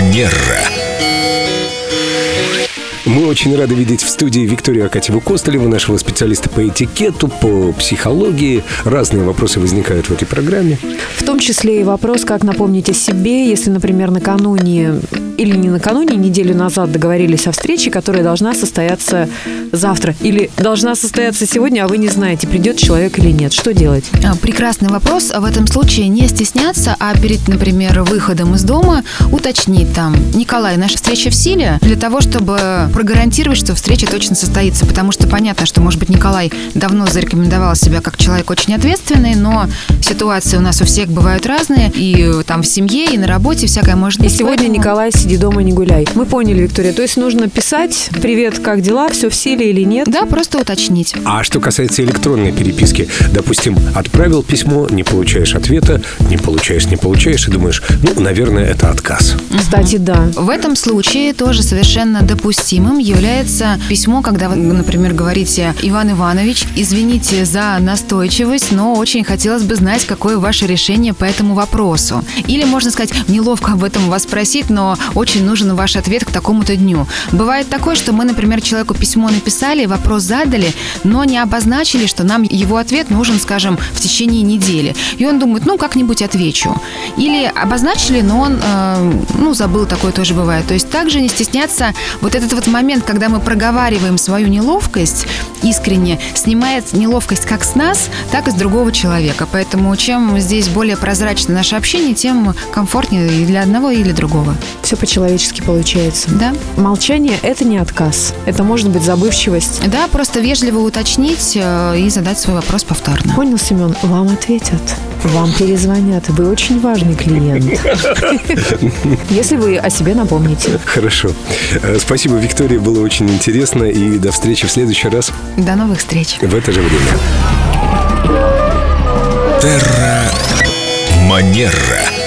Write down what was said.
Манера. Мы очень рады видеть в студии Викторию Акатьеву-Костылеву, нашего специалиста по этикету, по психологии. Разные вопросы возникают в этой программе. В том числе и вопрос, как напомнить о себе, если, например, накануне или не накануне, неделю назад договорились о встрече, которая должна состояться завтра. Или должна состояться сегодня, а вы не знаете, придет человек или нет. Что делать? Прекрасный вопрос. В этом случае не стесняться, а перед, например, выходом из дома уточнить там: Николай, наша встреча в силе? Для того, чтобы прогарантировать, что встреча точно состоится. Потому что понятно, что, может быть, Николай давно зарекомендовал себя как человек очень ответственный, но ситуации у нас у всех бывают разные. И там в семье, и на работе всякое может быть. И сегодня, поэтому... Николай, сиди дома, не гуляй. Мы поняли, Виктория. То есть нужно писать: привет, как дела, все в силе или нет? Да, просто уточнить. А что касается электронной переписки, допустим, отправил письмо, не получаешь ответа, не получаешь, и думаешь, наверное, это отказ. Кстати, да. В этом случае тоже совершенно допустимым является письмо, когда вы, например, говорите: Иван Иванович, извините за настойчивость, но очень хотелось бы знать, какое ваше решение по этому вопросу. Или можно сказать: неловко об этом вас спросить, но очень нужен ваш ответ к такому-то дню. Бывает такое, что мы, например, человеку письмо написали, вопрос задали, но не обозначили, что нам его ответ нужен, скажем, в течение недели. И он думает: как-нибудь отвечу. Или обозначили, но он, забыл, такое тоже бывает. То есть также не стесняться. Вот этот вот момент, когда мы проговариваем свою неловкость искренне, снимает неловкость как с нас, так и с другого человека. Поэтому чем здесь более прозрачно наше общение, тем комфортнее и для одного, и для другого. Все по-человечески получается. Да. Молчание – это не отказ. Это может быть забывчивость. Да, просто вежливо уточнить и задать свой вопрос повторно. Понял, Семен? Вам ответят. Вам перезвонят. Вы очень важный клиент. Если вы о себе напомните. Хорошо. Спасибо, Виктория. Было очень интересно. И до встречи в следующий раз. До новых встреч. В это же время. Терра Манера.